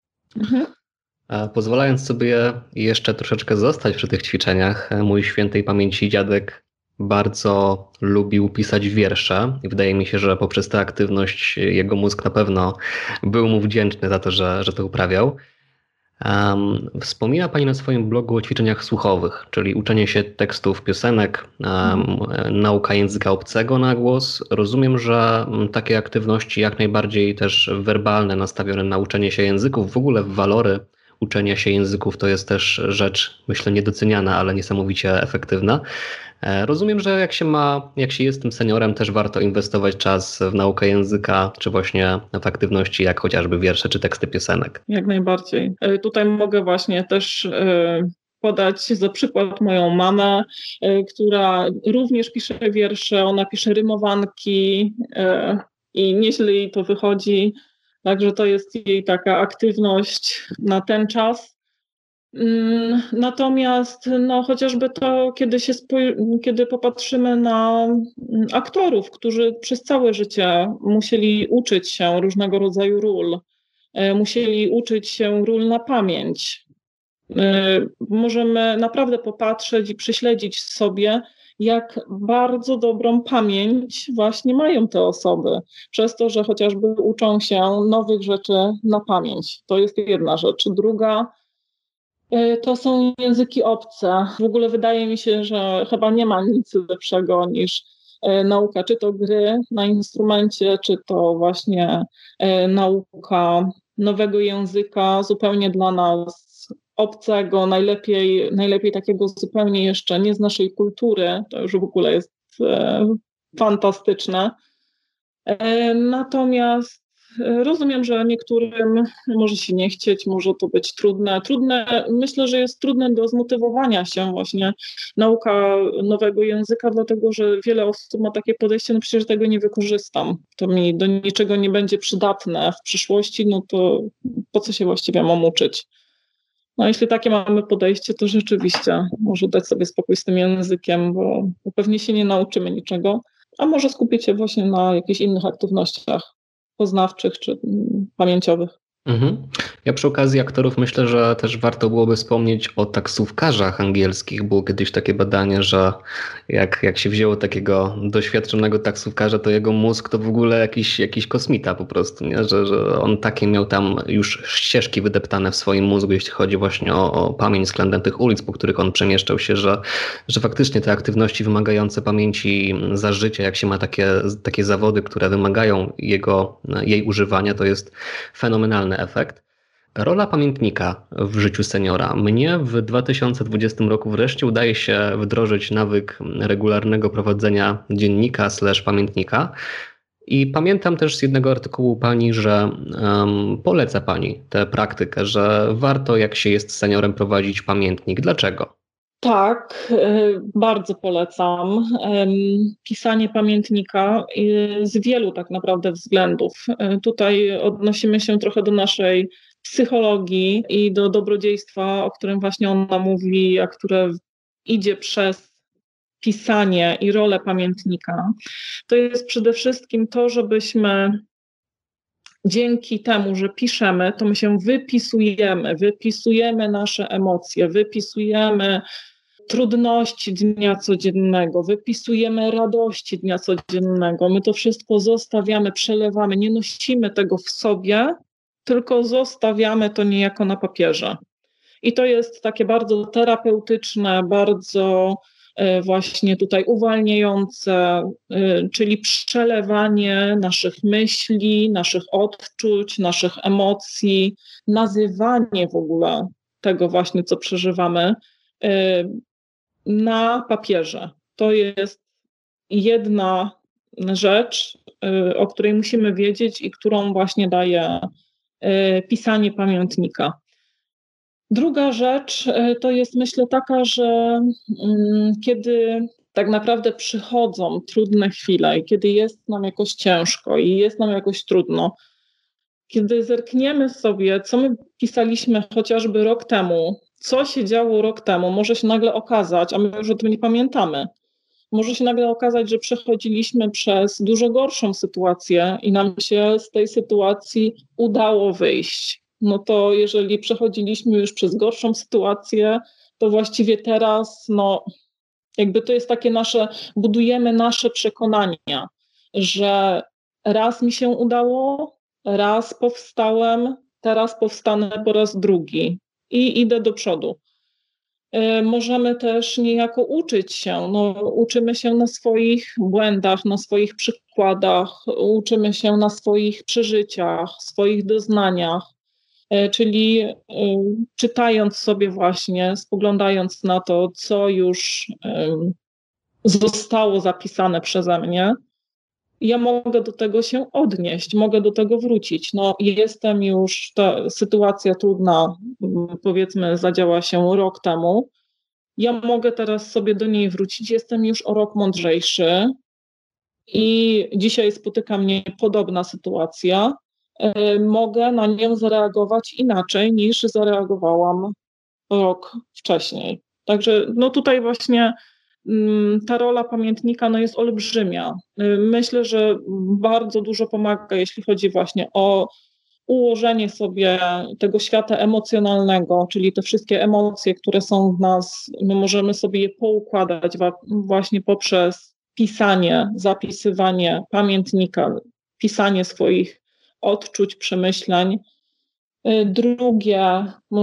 Pozwalając sobie jeszcze troszeczkę zostać przy tych ćwiczeniach, mój świętej pamięci dziadek bardzo lubił pisać wiersze i wydaje mi się, że poprzez tę aktywność jego mózg na pewno był mu wdzięczny za to, że to uprawiał. Wspomina pani na swoim blogu o ćwiczeniach słuchowych, czyli uczenie się tekstów piosenek, nauka języka obcego na głos. Rozumiem, że takie aktywności jak najbardziej też werbalne, nastawione na uczenie się języków, w ogóle walory uczenia się języków to jest też rzecz, myślę, niedoceniana, ale niesamowicie efektywna. Rozumiem, że jak się jest tym seniorem, też warto inwestować czas w naukę języka, czy właśnie w aktywności jak chociażby wiersze, czy teksty piosenek. Jak najbardziej. Tutaj mogę właśnie też podać za przykład moją mamę, która również pisze wiersze, ona pisze rymowanki i nieźle jej to wychodzi. Także to jest jej taka aktywność na ten czas. Natomiast chociażby to, kiedy popatrzymy na aktorów, którzy przez całe życie musieli uczyć się różnego rodzaju ról, musieli uczyć się ról na pamięć. Możemy naprawdę popatrzeć i prześledzić sobie, jak bardzo dobrą pamięć właśnie mają te osoby, przez to, że chociażby uczą się nowych rzeczy na pamięć. To jest jedna rzecz. Druga, to są języki obce. W ogóle wydaje mi się, że chyba nie ma nic lepszego niż nauka, czy to gry na instrumencie, czy to właśnie nauka nowego języka, zupełnie dla nas obcego, najlepiej takiego zupełnie jeszcze nie z naszej kultury. To już w ogóle jest fantastyczne. Natomiast rozumiem, że niektórym może się nie chcieć, może to być trudne. Myślę, że jest trudne do zmotywowania się właśnie nauka nowego języka, dlatego że wiele osób ma takie podejście, no przecież tego nie wykorzystam, to mi do niczego nie będzie przydatne w przyszłości, no to po co się właściwie mam uczyć? No jeśli takie mamy podejście, to rzeczywiście może dać sobie spokój z tym językiem, bo pewnie się nie nauczymy niczego, a może skupić się właśnie na jakichś innych aktywnościach poznawczych czy pamięciowych. Mhm. Ja przy okazji aktorów myślę, że też warto byłoby wspomnieć o taksówkarzach angielskich. Było kiedyś takie badanie, że jak się wzięło takiego doświadczonego taksówkarza, to jego mózg to w ogóle jakiś kosmita po prostu, nie? Że on takie miał tam już ścieżki wydeptane w swoim mózgu, jeśli chodzi właśnie o pamięć względem tych ulic, po których on przemieszczał się, że faktycznie te aktywności wymagające pamięci za życie, jak się ma takie zawody, które wymagają jej używania, to jest fenomenalny efekt. Rola pamiętnika w życiu seniora. Mnie w 2020 roku wreszcie udaje się wdrożyć nawyk regularnego prowadzenia dziennika / pamiętnika. I pamiętam też z jednego artykułu pani, że poleca pani tę praktykę, że warto, jak się jest seniorem, prowadzić pamiętnik. Dlaczego? Tak, bardzo polecam pisanie pamiętnika z wielu tak naprawdę względów. Tutaj odnosimy się trochę do naszej psychologii i do dobrodziejstwa, o którym właśnie ona mówi, a które idzie przez pisanie i rolę pamiętnika. To jest przede wszystkim to, żebyśmy dzięki temu, że piszemy, to my się wypisujemy nasze emocje, wypisujemy trudności dnia codziennego, wypisujemy radości dnia codziennego. My to wszystko zostawiamy, przelewamy, nie nosimy tego w sobie, tylko zostawiamy to niejako na papierze. I to jest takie bardzo terapeutyczne, bardzo właśnie tutaj uwalniające, czyli przelewanie naszych myśli, naszych odczuć, naszych emocji, nazywanie w ogóle tego właśnie, co przeżywamy na papierze. To jest jedna rzecz, o której musimy wiedzieć i którą właśnie daje pisanie pamiętnika. Druga rzecz to jest, myślę, taka, że kiedy tak naprawdę przychodzą trudne chwile i kiedy jest nam jakoś ciężko i jest nam jakoś trudno, kiedy zerkniemy sobie, co my pisaliśmy chociażby rok temu, co się działo rok temu, może się nagle okazać, a my już o tym nie pamiętamy, może się nagle okazać, że przechodziliśmy przez dużo gorszą sytuację i nam się z tej sytuacji udało wyjść. No to jeżeli przechodziliśmy już przez gorszą sytuację, to właściwie teraz, jakby to jest takie budujemy nasze przekonania, że raz mi się udało, raz powstałem, teraz powstanę po raz drugi i idę do przodu. Możemy też niejako uczyć się. Uczymy się na swoich błędach, na swoich przykładach, uczymy się na swoich przeżyciach, swoich doznaniach, czyli czytając sobie właśnie, spoglądając na to, co już zostało zapisane przeze mnie, ja mogę do tego się odnieść, mogę do tego wrócić. Jestem już, ta sytuacja trudna, powiedzmy, zadziała się rok temu. Ja mogę teraz sobie do niej wrócić, jestem już o rok mądrzejszy i dzisiaj spotyka mnie podobna sytuacja. Mogę na nią zareagować inaczej niż zareagowałam rok wcześniej. Także tutaj właśnie ta rola pamiętnika jest olbrzymia. Myślę, że bardzo dużo pomaga, jeśli chodzi właśnie o ułożenie sobie tego świata emocjonalnego, czyli te wszystkie emocje, które są w nas, my możemy sobie je poukładać właśnie poprzez pisanie, zapisywanie pamiętnika, pisanie swoich odczuć, przemyśleń. Drugie,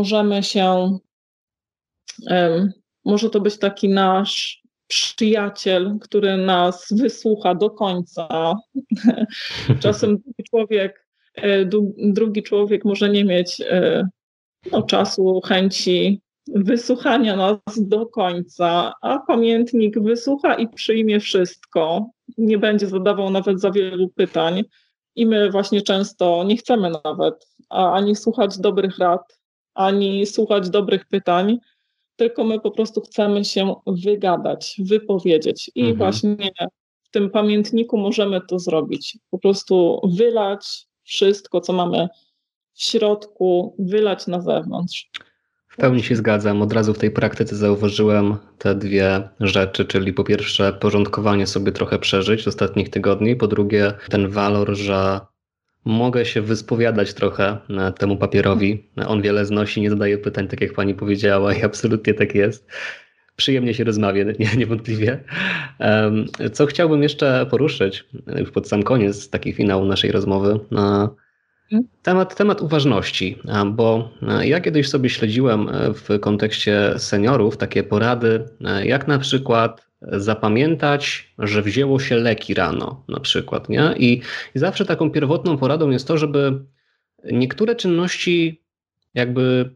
może to być taki nasz przyjaciel, który nas wysłucha do końca. Czasem drugi człowiek może nie mieć czasu, chęci wysłuchania nas do końca, a pamiętnik wysłucha i przyjmie wszystko. Nie będzie zadawał nawet za wielu pytań i my właśnie często nie chcemy nawet ani słuchać dobrych rad, ani słuchać dobrych pytań, tylko my po prostu chcemy się wygadać, wypowiedzieć i właśnie w tym pamiętniku możemy to zrobić. Po prostu wylać wszystko, co mamy w środku, wylać na zewnątrz. W pełni się zgadzam. Od razu w tej praktyce zauważyłem te dwie rzeczy, czyli po pierwsze porządkowanie sobie trochę przeżyć z ostatnich tygodni, po drugie ten walor, że mogę się wyspowiadać trochę temu papierowi. On wiele znosi, nie zadaje pytań, tak jak pani powiedziała, i absolutnie tak jest. Przyjemnie się rozmawia, niewątpliwie. Co chciałbym jeszcze poruszyć, już pod sam koniec, taki finał naszej rozmowy, temat uważności, bo ja kiedyś sobie śledziłem w kontekście seniorów takie porady, jak na przykład zapamiętać, że wzięło się leki rano na przykład, nie? I zawsze taką pierwotną poradą jest to, żeby niektóre czynności jakby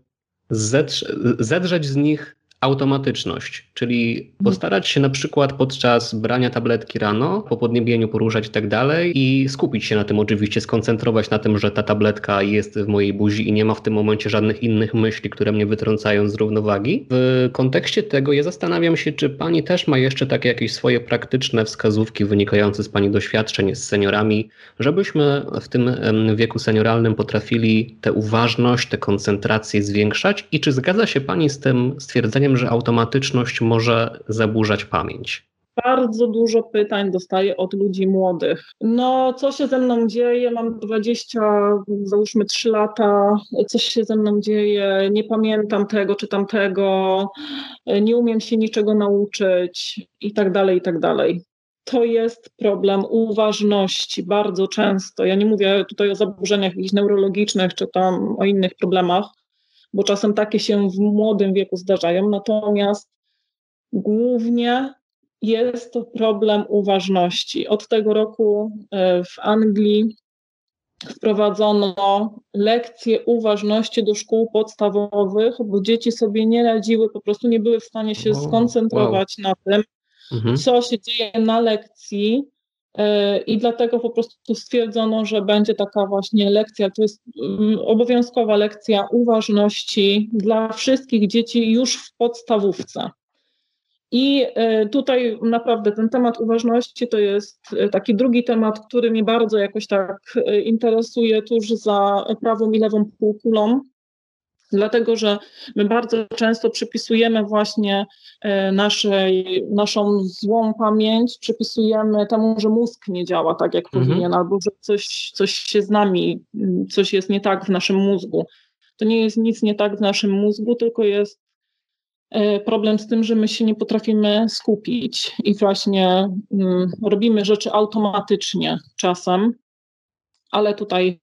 zedrzeć z nich automatyczność, czyli postarać się na przykład podczas brania tabletki rano, po podniebieniu poruszać i tak dalej i skupić się na tym oczywiście, skoncentrować na tym, że ta tabletka jest w mojej buzi i nie ma w tym momencie żadnych innych myśli, które mnie wytrącają z równowagi. W kontekście tego ja zastanawiam się, czy pani też ma jeszcze takie jakieś swoje praktyczne wskazówki wynikające z pani doświadczeń z seniorami, żebyśmy w tym wieku senioralnym potrafili tę uważność, tę koncentrację zwiększać i czy zgadza się pani z tym stwierdzeniem, że automatyczność może zaburzać pamięć? Bardzo dużo pytań dostaję od ludzi młodych. No, co się ze mną dzieje? Mam 20, załóżmy 3 lata. Coś się ze mną dzieje? Nie pamiętam tego czy tamtego. Nie umiem się niczego nauczyć i tak dalej, i tak dalej. To jest problem uważności bardzo często. Ja nie mówię tutaj o zaburzeniach jakichś neurologicznych czy tam o innych problemach, bo czasem takie się w młodym wieku zdarzają. Natomiast głównie jest to problem uważności. Od tego roku w Anglii wprowadzono lekcje uważności do szkół podstawowych, bo dzieci sobie nie radziły, po prostu nie były w stanie się skoncentrować na tym, co się dzieje na lekcji. I dlatego po prostu stwierdzono, że będzie taka właśnie lekcja, to jest obowiązkowa lekcja uważności dla wszystkich dzieci już w podstawówce. I tutaj naprawdę ten temat uważności to jest taki drugi temat, który mnie bardzo jakoś tak interesuje tuż za prawą i lewą półkulą, dlatego że my bardzo często przypisujemy właśnie naszą złą pamięć, przypisujemy temu, że mózg nie działa tak, jak powinien, albo że coś się z nami, coś jest nie tak w naszym mózgu. To nie jest nic nie tak w naszym mózgu, tylko jest problem z tym, że my się nie potrafimy skupić i właśnie robimy rzeczy automatycznie czasem, ale tutaj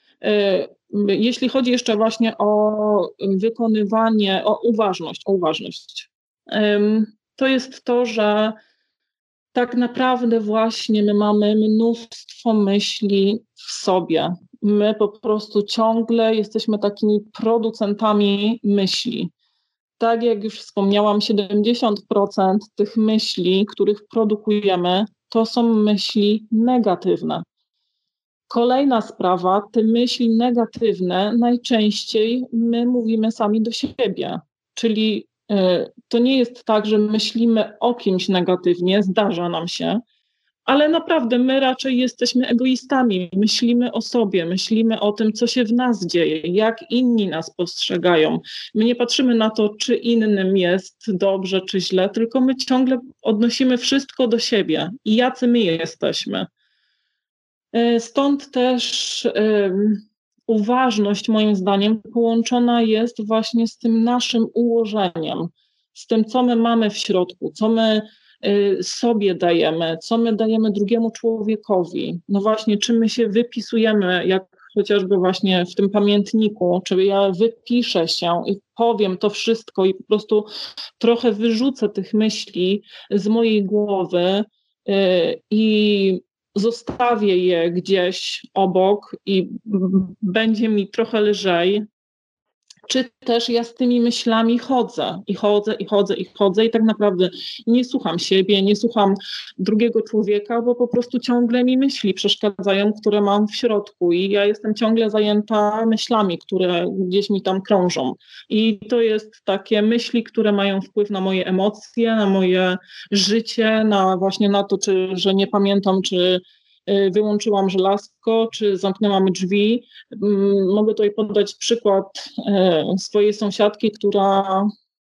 jeśli chodzi jeszcze właśnie o wykonywanie, o uważność, to jest to, że tak naprawdę właśnie my mamy mnóstwo myśli w sobie. My po prostu ciągle jesteśmy takimi producentami myśli. Tak jak już wspomniałam, 70% tych myśli, których produkujemy, to są myśli negatywne. Kolejna sprawa, te myśli negatywne najczęściej my mówimy sami do siebie, czyli to nie jest tak, że myślimy o kimś negatywnie, zdarza nam się, ale naprawdę my raczej jesteśmy egoistami, myślimy o sobie, myślimy o tym, co się w nas dzieje, jak inni nas postrzegają. My nie patrzymy na to, czy innym jest dobrze, czy źle, tylko my ciągle odnosimy wszystko do siebie i jacy my jesteśmy. Stąd też uważność moim zdaniem połączona jest właśnie z tym naszym ułożeniem, z tym, co my mamy w środku, co my sobie dajemy, co my dajemy drugiemu człowiekowi. No właśnie, czy my się wypisujemy, jak chociażby właśnie w tym pamiętniku, czy ja wypiszę się i powiem to wszystko i po prostu trochę wyrzucę tych myśli z mojej głowy i zostawię je gdzieś obok i będzie mi trochę lżej, czy też ja z tymi myślami chodzę i tak naprawdę nie słucham siebie, nie słucham drugiego człowieka, bo po prostu ciągle mi myśli przeszkadzają, które mam w środku i ja jestem ciągle zajęta myślami, które gdzieś mi tam krążą. I to jest takie myśli, które mają wpływ na moje emocje, na moje życie, na właśnie na to, że nie pamiętam, czy wyłączyłam żelazko, czy zamknęłam drzwi. Mogę tutaj podać przykład swojej sąsiadki, która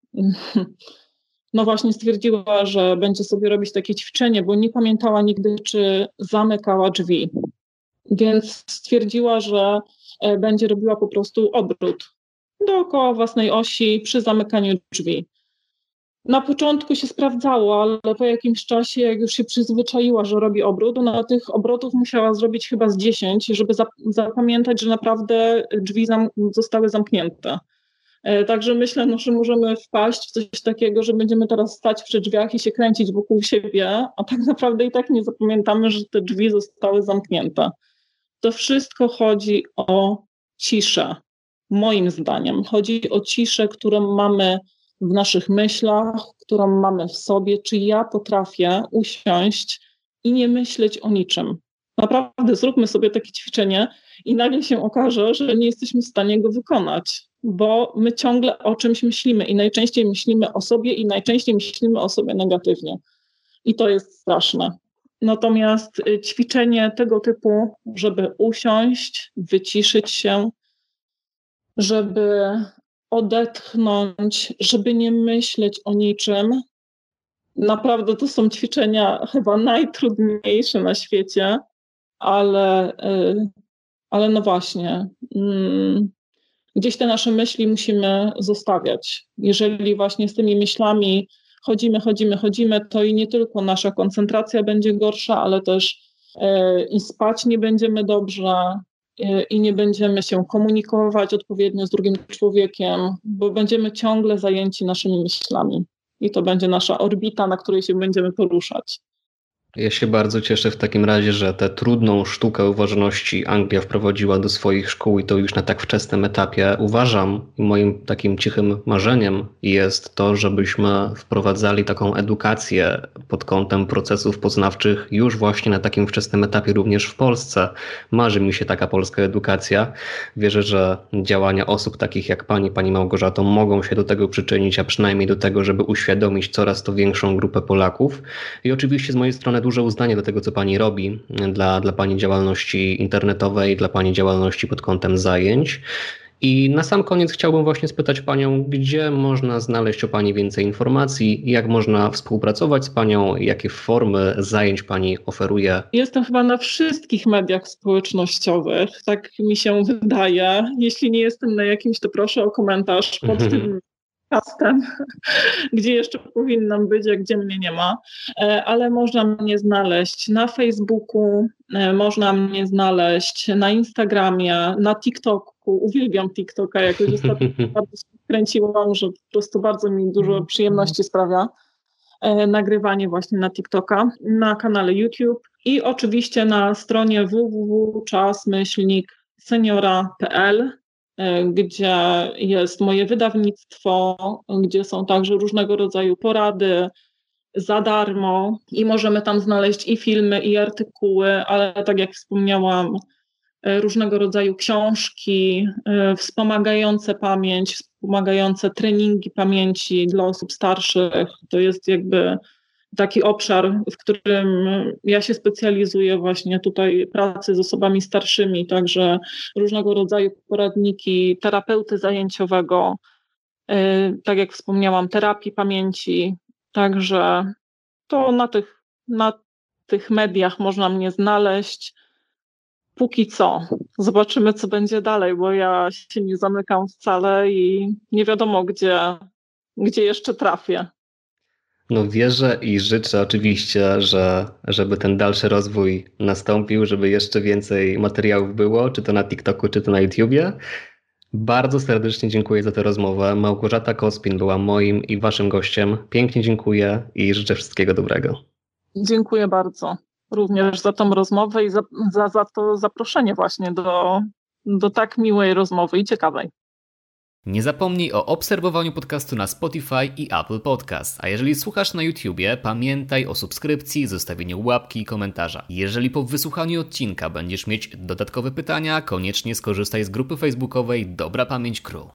no właśnie stwierdziła, że będzie sobie robić takie ćwiczenie, bo nie pamiętała nigdy, czy zamykała drzwi. Więc stwierdziła, że będzie robiła po prostu obrót dookoła własnej osi przy zamykaniu drzwi. Na początku się sprawdzało, ale po jakimś czasie, jak już się przyzwyczaiła, że robi obrót, ona tych obrotów musiała zrobić chyba z 10, żeby zapamiętać, że naprawdę drzwi zostały zamknięte. Także myślę, że możemy wpaść w coś takiego, że będziemy teraz stać przy drzwiach i się kręcić wokół siebie, a tak naprawdę i tak nie zapamiętamy, że te drzwi zostały zamknięte. To wszystko chodzi o ciszę. Moim zdaniem chodzi o ciszę, którą mamy w naszych myślach, którą mamy w sobie. Czy ja potrafię usiąść i nie myśleć o niczym? Naprawdę zróbmy sobie takie ćwiczenie i nagle się okaże, że nie jesteśmy w stanie go wykonać, bo my ciągle o czymś myślimy i najczęściej myślimy o sobie i najczęściej myślimy o sobie negatywnie. I to jest straszne. Natomiast ćwiczenie tego typu, żeby usiąść, wyciszyć się, żeby odetchnąć, żeby nie myśleć o niczym, naprawdę to są ćwiczenia chyba najtrudniejsze na świecie, ale no właśnie, gdzieś te nasze myśli musimy zostawiać. Jeżeli właśnie z tymi myślami chodzimy, to i nie tylko nasza koncentracja będzie gorsza, ale też i spać nie będziemy dobrze i nie będziemy się komunikować odpowiednio z drugim człowiekiem, bo będziemy ciągle zajęci naszymi myślami. I to będzie nasza orbita, na której się będziemy poruszać. Ja się bardzo cieszę w takim razie, że tę trudną sztukę uważności Anglia wprowadziła do swoich szkół i to już na tak wczesnym etapie. Uważam, moim takim cichym marzeniem jest to, żebyśmy wprowadzali taką edukację pod kątem procesów poznawczych już właśnie na takim wczesnym etapie również w Polsce. Marzy mi się taka polska edukacja. Wierzę, że działania osób takich jak pani Małgorzato mogą się do tego przyczynić, a przynajmniej do tego, żeby uświadomić coraz to większą grupę Polaków. I oczywiście z mojej strony duże uznanie do tego, co pani robi, dla pani działalności internetowej, dla pani działalności pod kątem zajęć. I na sam koniec chciałbym właśnie spytać panią, gdzie można znaleźć o pani więcej informacji, jak można współpracować z panią, jakie formy zajęć pani oferuje. Jestem chyba na wszystkich mediach społecznościowych, tak mi się wydaje. Jeśli nie jestem na jakimś, to proszę o komentarz pod tym podcastem, gdzie jeszcze powinnam być, a gdzie mnie nie ma, ale można mnie znaleźć na Facebooku, można mnie znaleźć na Instagramie, na TikToku. Uwielbiam TikToka, jakoś ostatnio bardzo się kręciłam, że po prostu bardzo mi dużo przyjemności sprawia nagrywanie właśnie na TikToka, na kanale YouTube i oczywiście na stronie www.czas-seniora.pl, gdzie jest moje wydawnictwo, gdzie są także różnego rodzaju porady za darmo i możemy tam znaleźć i filmy, i artykuły, ale tak jak wspomniałam, różnego rodzaju książki wspomagające pamięć, wspomagające treningi pamięci dla osób starszych. To jest jakby taki obszar, w którym ja się specjalizuję właśnie tutaj pracy z osobami starszymi, także różnego rodzaju poradniki terapeuty zajęciowego, tak jak wspomniałam, terapii pamięci, także to na tych mediach można mnie znaleźć. Póki co. Zobaczymy, co będzie dalej, bo ja się nie zamykam wcale i nie wiadomo, gdzie jeszcze trafię. No wierzę i życzę oczywiście, żeby ten dalszy rozwój nastąpił, żeby jeszcze więcej materiałów było, czy to na TikToku, czy to na YouTubie. Bardzo serdecznie dziękuję za tę rozmowę. Małgorzata Kospin była moim i waszym gościem. Pięknie dziękuję i życzę wszystkiego dobrego. Dziękuję bardzo również za tą rozmowę i za to zaproszenie właśnie do tak miłej rozmowy i ciekawej. Nie zapomnij o obserwowaniu podcastu na Spotify i Apple Podcast. A jeżeli słuchasz na YouTubie, pamiętaj o subskrypcji, zostawieniu łapki i komentarza. Jeżeli po wysłuchaniu odcinka będziesz mieć dodatkowe pytania, koniecznie skorzystaj z grupy facebookowej Dobra Pamięć Crew.